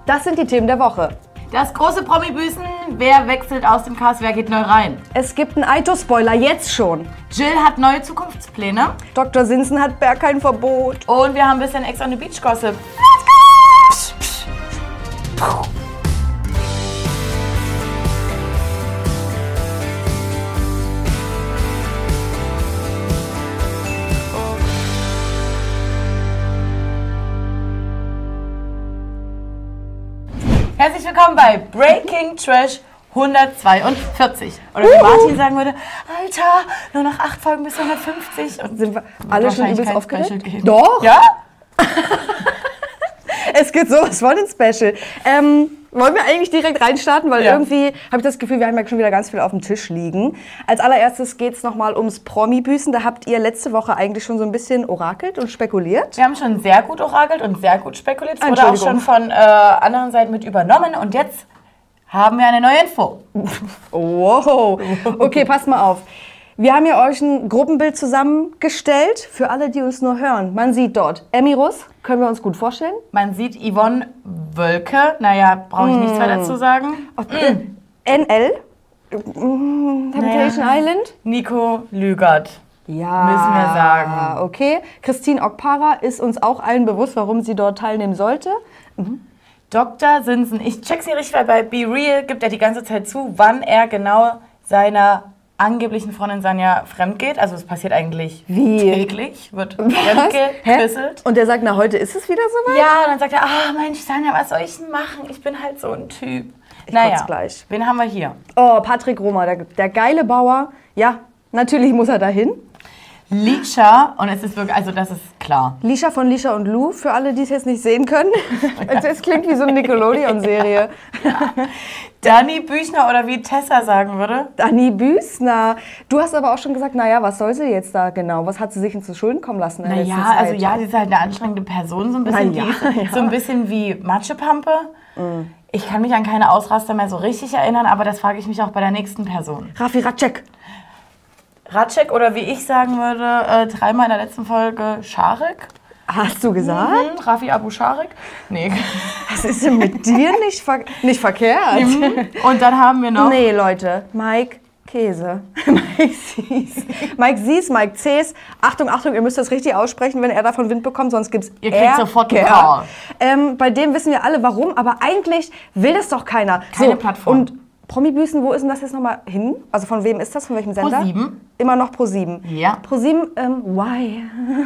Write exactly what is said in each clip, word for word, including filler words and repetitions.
Das sind die Themen der Woche. Das große Promi-Büßen, wer wechselt aus dem Cast, wer geht neu rein? Es gibt einen Aito-Spoiler, jetzt schon. Jill hat neue Zukunftspläne. Doktor Sinsen hat Berghain-Verbot. Und wir haben ein bisschen Ex on the Beach Gossip. Psch, psch. Puh. Herzlich willkommen bei Breaking Trash hundertzweiundvierzig. Oder wie Martin sagen würde, Alter, nur noch acht Folgen bis hundertfünfzig. Und sind wir alle schon übelst aufgeregt? Doch? Ja? Es gibt sowas von ein Special. Ähm, wollen wir eigentlich direkt reinstarten? Weil ja. irgendwie habe ich das Gefühl, wir haben ja schon wieder ganz viel auf dem Tisch liegen. Als allererstes geht es nochmal ums Promi-Büßen. Da habt ihr letzte Woche eigentlich schon so ein bisschen orakelt und spekuliert. Wir haben schon sehr gut orakelt und sehr gut spekuliert. Es wurde auch schon von äh, anderen Seiten mit übernommen. Und jetzt haben wir eine neue Info. Wow. Okay, passt mal auf. Wir haben ja euch ein Gruppenbild zusammengestellt, für alle, die uns nur hören. Man sieht dort Emirus, können wir uns gut vorstellen. Man sieht Yvonne Wölke, naja, brauche ich mm. nichts weiter dazu sagen. Mm. N L, mm, Temptation naja. Island. Nico Lügert, ja, müssen wir sagen. Okay, Christine Okpara ist uns auch allen bewusst, warum sie dort teilnehmen sollte. Mhm. Doktor Sinsen, ich check sie richtig, weil bei Be Real gibt er die ganze Zeit zu, wann er genau seiner angeblichen Freundin Sanja fremd geht. Also es passiert eigentlich Wie? täglich, wird fremdgeküsselt. Und der sagt, na heute ist es wieder soweit? Ja, und dann sagt er, ah Mensch Sanja, was soll ich denn machen? Ich bin halt so ein Typ. Ich naja, gleich. Wen haben wir hier? Oh, Patrick Roma, der, der geile Bauer. Ja, natürlich muss er dahin. Lisha, und es ist wirklich, also das ist klar. Lisha von Lisha und Lou, für alle, die es jetzt nicht sehen können. Es ja. klingt wie so eine Nickelodeon-Serie. Ja. Dani Büchner oder wie Tessa sagen würde. Dani Büchner. Du hast aber auch schon gesagt, naja, was soll sie jetzt da genau? Was hat sie sich ins Schulden kommen lassen? In naja, also ja, sie ist halt eine anstrengende Person, so ein bisschen, ja, die, ja. so ein bisschen wie Matschepampe. Mhm. Ich kann mich an keine Ausraster mehr so richtig erinnern, aber das frage ich mich auch bei der nächsten Person. Raffi Ratschek. Ratschek oder wie ich sagen würde, äh, dreimal in der letzten Folge Scharek. Hast du gesagt? Mhm, Raffi Abu Scharek? Nee. Was ist denn mit dir nicht, ver nicht verkehrt? Mhm. Und dann haben wir noch... Nee, Leute, Mike Käse. Mike Sies. Mike Sies, Mike C's. Achtung, Achtung, ihr müsst das richtig aussprechen, wenn er davon Wind bekommt, sonst gibt's Ihr kriegt sofort einen Call. Ähm, bei dem wissen wir alle, warum, aber eigentlich will das doch keiner. Keine so, Plattform. Und Promi-Büßen, wo ist denn das jetzt nochmal hin? Also von wem ist das? Von welchem Sender? Pro sieben. Immer noch Pro sieben. Ja. Pro sieben, ähm, why?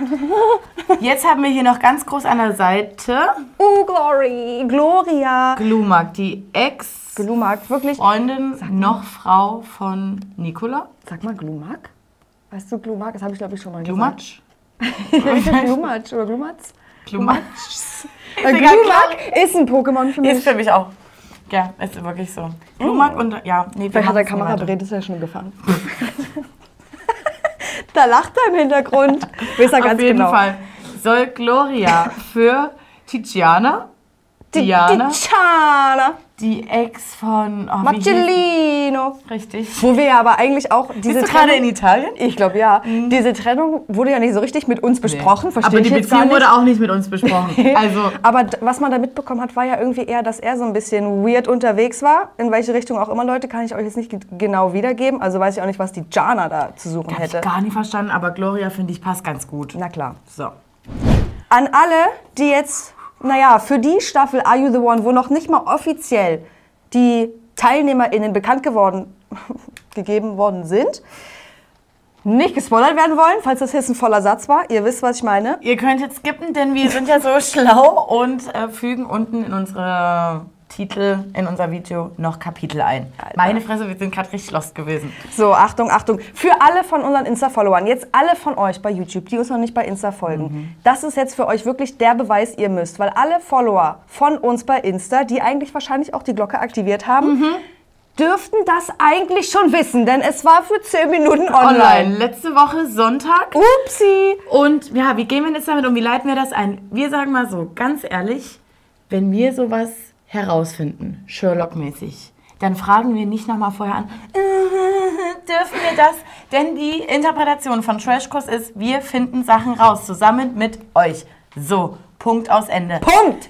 Jetzt haben wir hier noch ganz groß an der Seite... Oh, Glory, Gloria. Glumak, die Ex... Glumak, wirklich? Freundin, noch Frau von Nicola. Sag mal Glumak? Weißt du Glumak? Das habe ich, glaube ich, schon mal Glumatsch? gesagt. Glumatsch oder Glumatz? Glumatsch. Äh, Glumak ist ein Pokémon für mich. Ist für mich auch. Ja, ist wirklich so. Glumak und, ja, nee, Vielleicht hat der Kamerabild ist ja schon gefangen. Da lacht er im Hintergrund. Weiß er ganz Auf jeden genau. Fall soll Gloria für Tiziana, Diana, Tiziana, die Ex von... Oh, Marcellino. Richtig. Wo wir ja aber eigentlich auch diese Bist du gerade in Italien? Ich glaube, ja. Mhm. Diese Trennung wurde ja nicht so richtig mit uns besprochen. Nee. Verstehe aber die ich jetzt gar Beziehung nicht. wurde auch nicht mit uns besprochen. Also. Aber was man da mitbekommen hat, war ja irgendwie eher, dass er so ein bisschen weird unterwegs war. In welche Richtung auch immer, Leute, kann ich euch jetzt nicht genau wiedergeben. Also weiß ich auch nicht, was die Jana da zu suchen Hab hätte. Ich gar nicht verstanden, aber Gloria, finde ich, passt ganz gut. Na klar. So. An alle, die jetzt, naja, für die Staffel Are You The One, wo noch nicht mal offiziell die TeilnehmerInnen bekannt geworden, gegeben worden sind, nicht gespoilert werden wollen, falls das jetzt ein voller Satz war. Ihr wisst, was ich meine. Ihr könnt jetzt skippen, denn wir sind ja so schlau und äh, fügen unten in unsere Titel, in unser Video noch Kapitel ein. Alter. Meine Fresse, wir sind gerade richtig lost gewesen. So, Achtung, Achtung. Für alle von unseren Insta-Followern, jetzt alle von euch bei YouTube, die uns noch nicht bei Insta folgen, mhm. das ist jetzt für euch wirklich der Beweis, ihr müsst. Weil alle Follower von uns bei Insta, die eigentlich wahrscheinlich auch die Glocke aktiviert haben, mhm. dürften das eigentlich schon wissen, denn es war für zehn Minuten online. online. Letzte Woche Sonntag. Upsi. Und ja, wie gehen wir jetzt damit um? Wie leiten wir das ein? Wir sagen mal so, ganz ehrlich, wenn wir sowas herausfinden, Sherlock-mäßig, dann fragen wir nicht nochmal vorher an, äh, dürfen wir das? Denn die Interpretation von Trashkurs ist, wir finden Sachen raus, zusammen mit euch. So, Punkt aus Ende. Punkt!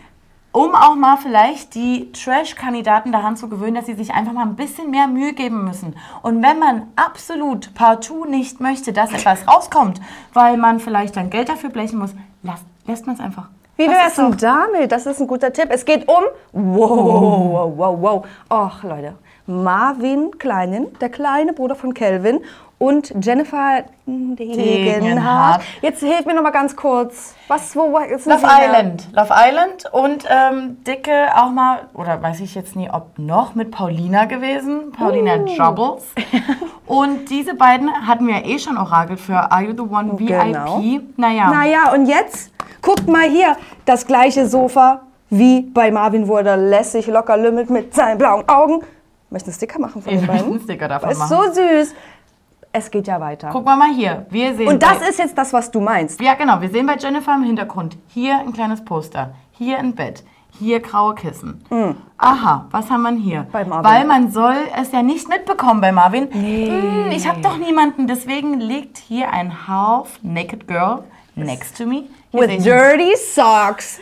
um auch mal vielleicht die Trash-Kandidaten daran zu gewöhnen, dass sie sich einfach mal ein bisschen mehr Mühe geben müssen. Und wenn man absolut partout nicht möchte, dass etwas rauskommt, weil man vielleicht dann Geld dafür blechen muss, lässt, lässt man es einfach. Wie wäre es denn damit? Das ist ein guter Tipp. Es geht um... Wow, wow, wow, wow. Och, Leute. Marvin Kleinen, der kleine Bruder von Calvin, und Jennifer Degenhardt. Jetzt hilf mir noch mal ganz kurz. Was, wo, ist Love Island. Love Island und ähm, Dicke auch mal, oder weiß ich jetzt nie, ob noch, mit Paulina gewesen. Paulina uh. Jobbles. Und diese beiden hatten wir ja eh schon orakelt für Are You The One V I P. Genau. Naja. Naja, und jetzt, guckt mal hier, das gleiche Sofa wie bei Marvin, wo er lässig locker lümmelt mit seinen blauen Augen. Möchtest du einen Sticker machen von den beiden? Ich möchte einen Sticker davon ist machen. Ist so süß. Es geht ja weiter. Guck mal mal hier. Wir sehen Und das ist jetzt das, was du meinst. Ja, genau. Wir sehen bei Jennifer im Hintergrund hier ein kleines Poster, hier ein Bett, hier graue Kissen. Mm. Aha, was haben wir hier? Bei Marvin. Weil man soll es ja nicht mitbekommen bei Marvin. Nee. Hm, ich habe doch niemanden. Deswegen liegt hier ein half-naked girl next to me. Hier With dirty socks.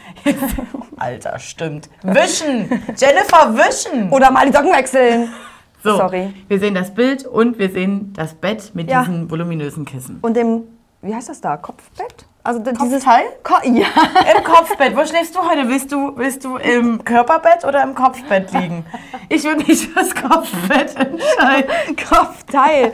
Alter, stimmt. Wischen. Jennifer, wischen. Oder mal die Socken wechseln. So, sorry. Wir sehen das Bild und wir sehen das Bett mit ja. diesen voluminösen Kissen. Und dem, wie heißt das da, Kopfbett? Also dieses Teil? Ko ja. Im Kopfbett. Wo schläfst du heute? Willst du, willst du im Körperbett oder im Kopfbett liegen? Ich würde mich fürs Kopfbett entscheiden. Kopfteil.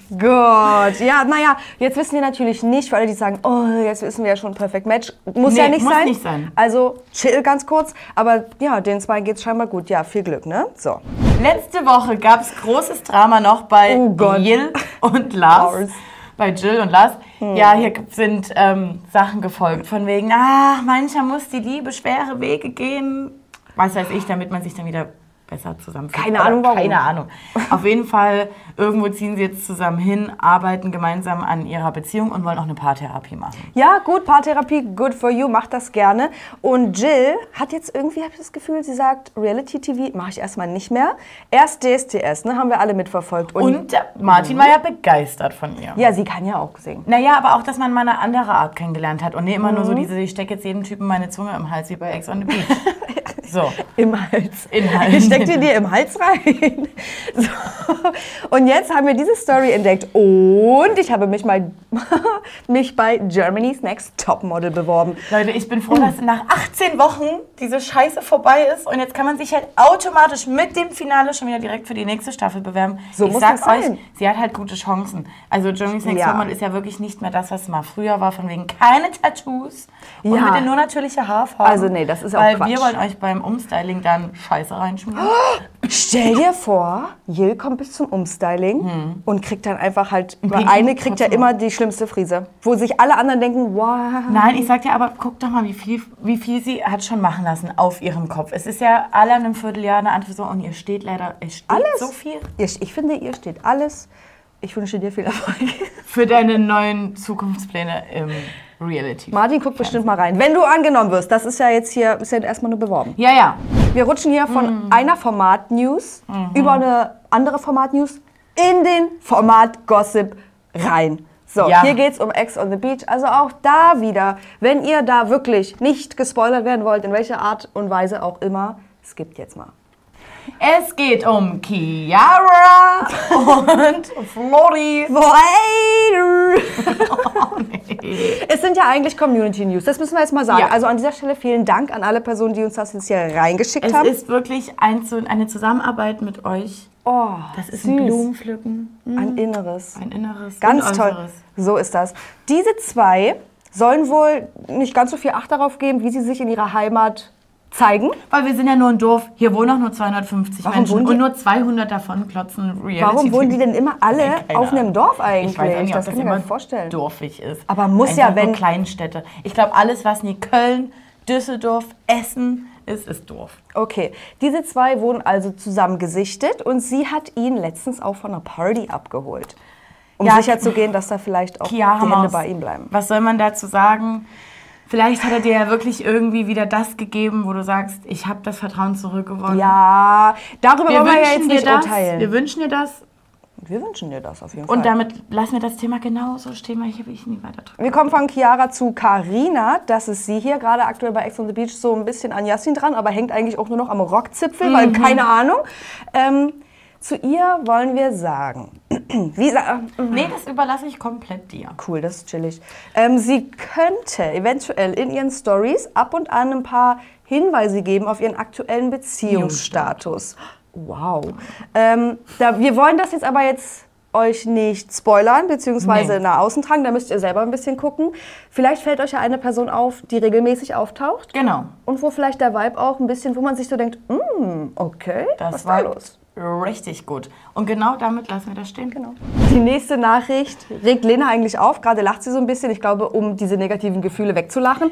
Gott. Ja, naja, jetzt wissen wir natürlich nicht, für alle, die sagen, oh, jetzt wissen wir ja schon Perfect Match. Muss nee, ja nicht muss sein. nicht sein. Also chill ganz kurz. Aber ja, den zwei geht's scheinbar gut. Ja, viel Glück, ne? So. Letzte Woche gab es großes Drama noch bei oh Jill und Lars. Bei Jill und Lars. Hm. Ja, hier sind ähm, Sachen gefolgt. Von wegen, ach, mancher muss die Liebe schwere Wege gehen. Was weiß ich, damit man sich dann wieder besser zusammenfühlt. Keine Ahnung, warum. Keine Ahnung. Auf jeden Fall, irgendwo ziehen sie jetzt zusammen hin, arbeiten gemeinsam an ihrer Beziehung und wollen auch eine Paartherapie machen. Ja, gut, Paartherapie, good for you, macht das gerne. Und Jill hat jetzt irgendwie, habe ich das Gefühl, sie sagt, Reality-T V mache ich erstmal nicht mehr. Erst D S D S, ne, haben wir alle mitverfolgt. Und, und Martin war ja begeistert von ihr. Ja, sie kann ja auch singen. Naja, aber auch, dass man mal eine andere Art kennengelernt hat und nicht immer mhm. nur so diese, ich stecke jetzt jedem Typen meine Zunge im Hals wie bei Ex on the Beach. So. Im Hals. Im Hals. Ich steck die dir im Hals rein. So. Und jetzt haben wir diese Story entdeckt und ich habe mich, mal, mich bei Germany's Next Topmodel beworben. Leute, ich bin froh, dass nach achtzehn Wochen diese Scheiße vorbei ist und jetzt kann man sich halt automatisch mit dem Finale schon wieder direkt für die nächste Staffel bewerben. So ich muss sag das sein. euch, sie hat halt gute Chancen. Also Germany's Next ja. Topmodel ist ja wirklich nicht mehr das, was mal früher war, von wegen keine Tattoos und ja. mit den nur natürliche Haarfarben. Also nee, das ist auch Weil Quatsch. wir wollen euch beim Umstyling dann Scheiße reinschmieren. Oh, stell dir vor, Jill kommt bis zum Umstyling hm. und kriegt dann einfach halt, weil eine kriegt ja immer die schlimmste Frise, wo sich alle anderen denken, wow. Nein, ich sag dir aber, guck doch mal, wie viel, wie viel sie hat schon machen lassen auf ihrem Kopf. Es ist ja alle in einem Vierteljahr eine andere Frisur und ihr steht leider, es steht alles. So viel. Ich, ich finde, ihr steht alles. Ich wünsche dir viel Erfolg. Für deine neuen Zukunftspläne im Reality. Martin guckt bestimmt mal rein. Wenn du angenommen wirst, das ist ja jetzt hier, ist ja erstmal nur beworben. Ja, ja. Wir rutschen hier von mhm. einer Format-News mhm. über eine andere Format-News in den Format-Gossip rein. So, ja. Hier geht's um Ex on the Beach. Also auch da wieder, wenn ihr da wirklich nicht gespoilert werden wollt, in welcher Art und Weise auch immer, skippt jetzt mal. Es geht um Chiara und Flori. Oh, nee. Es sind ja eigentlich Community News, das müssen wir jetzt mal sagen. Ja. Also an dieser Stelle vielen Dank an alle Personen, die uns das jetzt hier reingeschickt es haben. Es ist wirklich ein, eine Zusammenarbeit mit euch. Oh, das ist süß. ein Blumenpflücken. Mhm. Ein Inneres. Ein Inneres. Ganz toll. So ist das. Diese zwei sollen wohl nicht ganz so viel Acht darauf geben, wie sie sich in ihrer Heimat zeigen. Weil wir sind ja nur ein Dorf, hier wohnen auch nur zweihundertfünfzig Warum Menschen und nur zweihundert davon klotzen Reality. Warum wohnen die denn immer alle ja, auf einem Dorf eigentlich? Ich weiß nicht, das ob kann das ich mir vorstellen. Dorfig ist. Aber muss Einfach ja, wenn... nur Kleinstädte. Ich glaube, alles, was nie Köln, Düsseldorf, Essen ist, ist Dorf. Okay, diese zwei wurden also zusammen gesichtet und sie hat ihn letztens auch von einer Party abgeholt. Um ja, sicher zu gehen, dass da vielleicht auch Chiara die Hände Maus. bei ihm bleiben. Was soll man dazu sagen? Vielleicht hat er dir ja wirklich irgendwie wieder das gegeben, wo du sagst, ich habe das Vertrauen zurückgewonnen. Ja, darüber wir wollen wir ja jetzt nicht das, urteilen. Wir wünschen dir das. Wir wünschen dir das auf jeden Fall. Und damit lassen wir das Thema genauso stehen, weil ich will ich nie weiter drücken. Wir kommen von Chiara zu Carina. Das ist sie hier, gerade aktuell bei Ex on the Beach, so ein bisschen an Yassin dran, aber hängt eigentlich auch nur noch am Rockzipfel, mhm. weil keine Ahnung. Ähm, zu ihr wollen wir sagen, wie sa nee, das überlasse ich komplett dir. Cool, das ist chillig. Ähm, sie könnte eventuell in ihren Stories ab und an ein paar Hinweise geben auf ihren aktuellen Beziehungsstatus. Wow. Ähm, da, wir wollen das jetzt aber jetzt euch nicht spoilern, beziehungsweise nee. nach außen tragen. Da müsst ihr selber ein bisschen gucken. Vielleicht fällt euch ja eine Person auf, die regelmäßig auftaucht. Genau. Und wo vielleicht der Vibe auch ein bisschen, wo man sich so denkt, mm, okay, das was ist da los? Richtig gut. Und genau damit lassen wir das stehen. Genau. Die nächste Nachricht regt Lena eigentlich auf. Gerade lacht sie so ein bisschen. Ich glaube, um diese negativen Gefühle wegzulachen.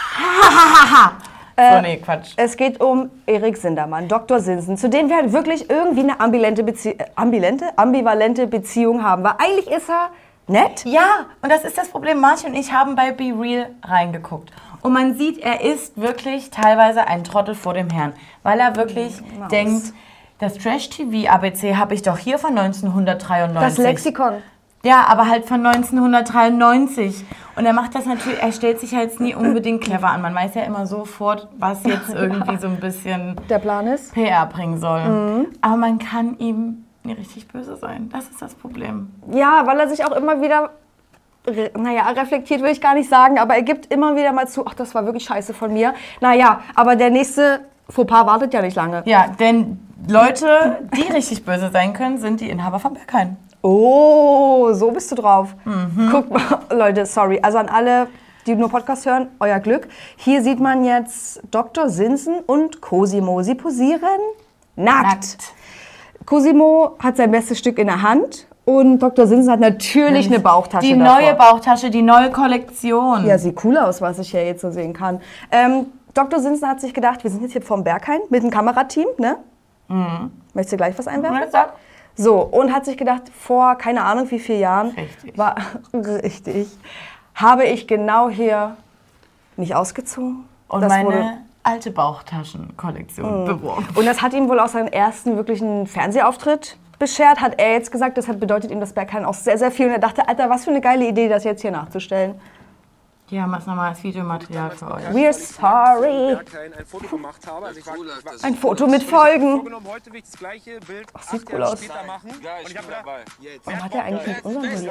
Äh, so, nee, Quatsch. Es geht um Erik Sindermann, Doktor Sinsen, zu dem wir halt wirklich irgendwie eine ambivalente, Bezie ambivalente, ambivalente Beziehung haben. Weil eigentlich ist er nett. Ja, und das ist das Problem. Marci und ich haben bei Be Real reingeguckt. Und man sieht, er ist wirklich teilweise ein Trottel vor dem Herrn. Weil er wirklich Maus. denkt, das Trash-T V-A B C habe ich doch hier von neunzehnhundertdreiundneunzig. Das Lexikon. Ja, aber halt von neunzehnhundertdreiundneunzig. Und er macht das natürlich, er stellt sich halt nie unbedingt clever an. Man weiß ja immer sofort, was jetzt irgendwie so ein bisschen der Plan ist. P R bringen soll. Mhm. Aber man kann ihm nicht richtig böse sein. Das ist das Problem. Ja, weil er sich auch immer wieder, re naja, reflektiert will ich gar nicht sagen, aber er gibt immer wieder mal zu, ach, das war wirklich scheiße von mir. Naja, aber der nächste Fauxpas wartet ja nicht lange. Ja, denn Leute, die richtig böse sein können, sind die Inhaber von Berghain. Oh, so bist du drauf. Mhm. Guck mal, Leute, sorry. Also an alle, die nur Podcast hören, euer Glück. Hier sieht man jetzt Doktor Sinsen und Cosimo. Sie posieren nackt. nackt. Cosimo hat sein bestes Stück in der Hand und Doktor Sinsen hat natürlich eine Bauchtasche. Die davor. neue Bauchtasche, die neue Kollektion. Ja, sieht cool aus, was ich ja jetzt so sehen kann. Ähm, Doktor Sinsen hat sich gedacht, wir sind jetzt hier vom Berghain mit dem Kamerateam, ne? Mhm. Möchtest du gleich was einwerfen? Ja. So, und hat sich gedacht, vor keine Ahnung wie vielen Jahren, richtig. war richtig, habe ich genau hier mich ausgezogen. Und das meine wurde, alte Bauchtaschenkollektion mh. beworben. Und das hat ihm wohl auch seinen ersten wirklichen Fernsehauftritt beschert, hat er jetzt gesagt. Deshalb bedeutet ihm das Berghain auch sehr, sehr viel. Und er dachte, Alter, was für eine geile Idee, das jetzt hier nachzustellen. Die haben jetzt nochmal das Videomaterial für euch. We're sorry. Ein Foto gemacht habe. Also ich war, ich war, ein Foto mit Folgen. Heute will ich das gleiche Bild Ach, sieht cool aus. machen. Und ich hab gedacht, warum hat er eigentlich mit unserem Handy?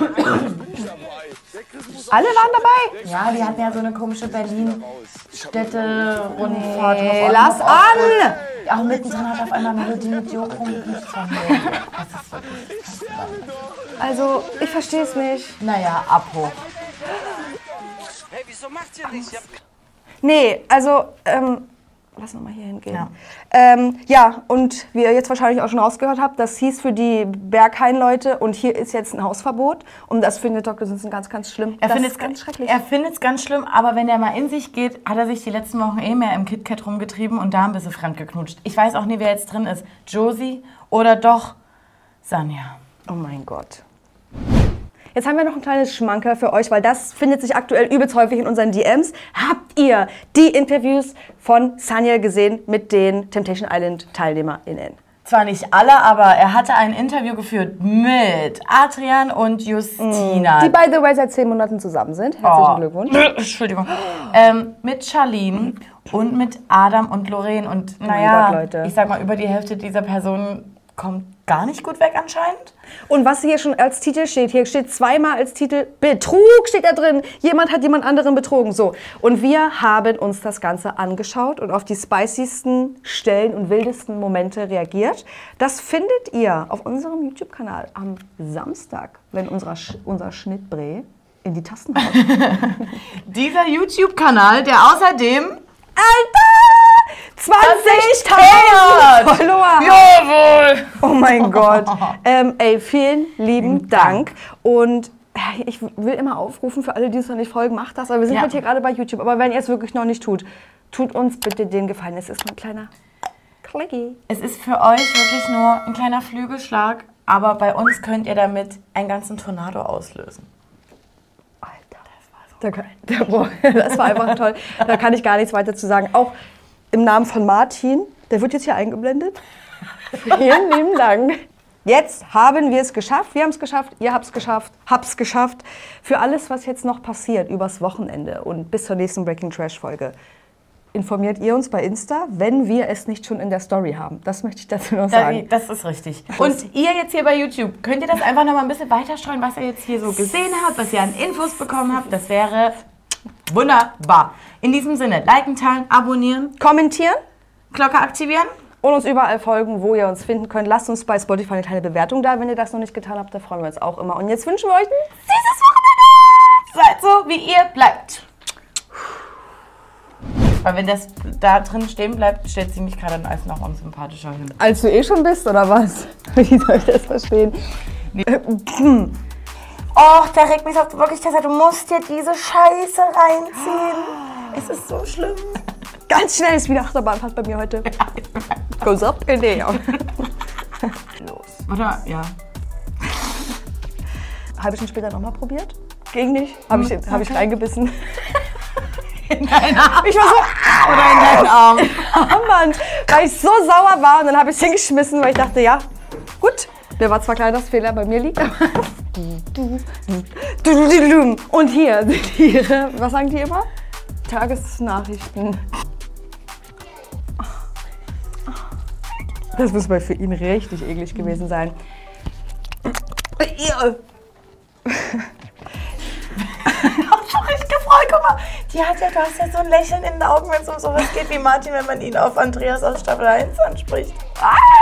Alle waren dabei? Ja, die hatten ja so eine komische Berlin-Städte-Rundfahrt. Nee, lass an! Auch mittendrin hat auf einmal Melodie mit Joko und nichts von mir. Das ist wirklich also, ich verstehe es nicht. Naja, Abbruch. Hey, wieso macht ihr nicht? Nee, also, ähm, lass noch mal hier hingehen. Ja. Ähm, ja, und wie ihr jetzt wahrscheinlich auch schon rausgehört habt, das hieß für die Berghain-Leute und hier ist jetzt ein Hausverbot und das findet Doktor Sinsen ganz, ganz schlimm. Er das findet ist ganz schrecklich. Er findet es ganz schlimm, aber wenn er mal in sich geht, hat er sich die letzten Wochen eh mehr im KitKat rumgetrieben und da ein bisschen fremd geknutscht. Ich weiß auch nie, wer jetzt drin ist. Josie oder doch Sanja. Oh mein Gott. Jetzt haben wir noch ein kleines Schmankerl für euch, weil das findet sich aktuell übelst häufig in unseren D Ms. Habt ihr die Interviews von Sanja gesehen mit den Temptation Island TeilnehmerInnen? Zwar nicht alle, aber er hatte ein Interview geführt mit Adrian und Justina. Die, by the way, seit zehn Monaten zusammen sind. Herzlichen oh. Glückwunsch. Entschuldigung. Ähm, mit Charlene und mit Adam und Lorraine. Und Oh naja, Gott, Leute. ich sag mal, über die Hälfte dieser Personen kommt gar nicht gut weg anscheinend. Und was hier schon als Titel steht, hier steht zweimal als Titel Betrug steht da drin. Jemand hat jemand anderen betrogen. So. Und wir haben uns das Ganze angeschaut und auf die spiciesten Stellen und wildesten Momente reagiert. Das findet ihr auf unserem YouTube-Kanal am Samstag, wenn unser, Sch unser Schnittbrei in die Tasten haut. Dieser YouTube-Kanal, der außerdem Alter! zwanzigtausend Follower! Jawohl! Oh mein Gott. Ähm, ey, vielen lieben Dank. Und äh, ich will immer aufrufen, für alle, die uns noch nicht folgen, macht das. Aber wir sind Ja. halt hier gerade bei YouTube. Aber wenn ihr es wirklich noch nicht tut, tut uns bitte den Gefallen. Es ist nur ein kleiner Klicki. Es ist für euch wirklich nur ein kleiner Flügelschlag, aber bei uns könnt ihr damit einen ganzen Tornado auslösen. Da kann, der, boah, das war einfach toll. Da kann ich gar nichts weiter zu sagen. Auch im Namen von Martin, der wird jetzt hier eingeblendet. Vielen lieben Dank. Jetzt haben wir es geschafft. Wir haben es geschafft, ihr habt es geschafft, hab's geschafft. Für alles, was jetzt noch passiert, übers Wochenende und bis zur nächsten Breaking Trash Folge, informiert ihr uns bei Insta, wenn wir es nicht schon in der Story haben. Das möchte ich dazu noch sagen. Das ist richtig. Und ihr jetzt hier bei YouTube, könnt ihr das einfach noch mal ein bisschen weiterstreuen, was ihr jetzt hier so gesehen habt, was ihr an Infos bekommen habt? Das wäre wunderbar. In diesem Sinne, liken, teilen, abonnieren, Kommentieren. Glocke aktivieren. Und uns überall folgen, wo ihr uns finden könnt. Lasst uns bei Spotify eine kleine Bewertung da, wenn ihr das noch nicht getan habt. Da freuen wir uns auch immer. Und jetzt wünschen wir euch ein Dieses Wochenende! Seid so, wie ihr bleibt. Weil wenn das da drin stehen bleibt, stellt sie mich gerade als noch unsympathischer hin. Als du eh schon bist, oder was? Wie soll ich das verstehen? Nee. Oh, da regt mich auf wirklich, Tessa, du musst dir diese Scheiße reinziehen. Es ist so schlimm. Ganz schnell ist wieder Achterbahnfahrt bei mir heute. Goes up and down. Los. Warte mal, ja. Halbe Stunde später nochmal probiert. Ging nicht. Habe ich, hab ich reingebissen. In deinen Arm. Ich war so... Oder in deinen Arm. Armband. Weil ich so sauer war und dann habe ich es hingeschmissen, weil ich dachte, ja, gut. Der war zwar klar, dass Fehler bei mir liegt, aber... Und hier sind ihre... Was sagen die immer? Tagesnachrichten. Das muss mal für ihn richtig eklig gewesen sein. Ich hab schon richtig gefreut, guck mal. Die hat ja, du hast ja so ein Lächeln in den Augen, wenn es um sowas geht wie Martin, wenn man ihn auf Andreas aus Staffel eins anspricht. Ah!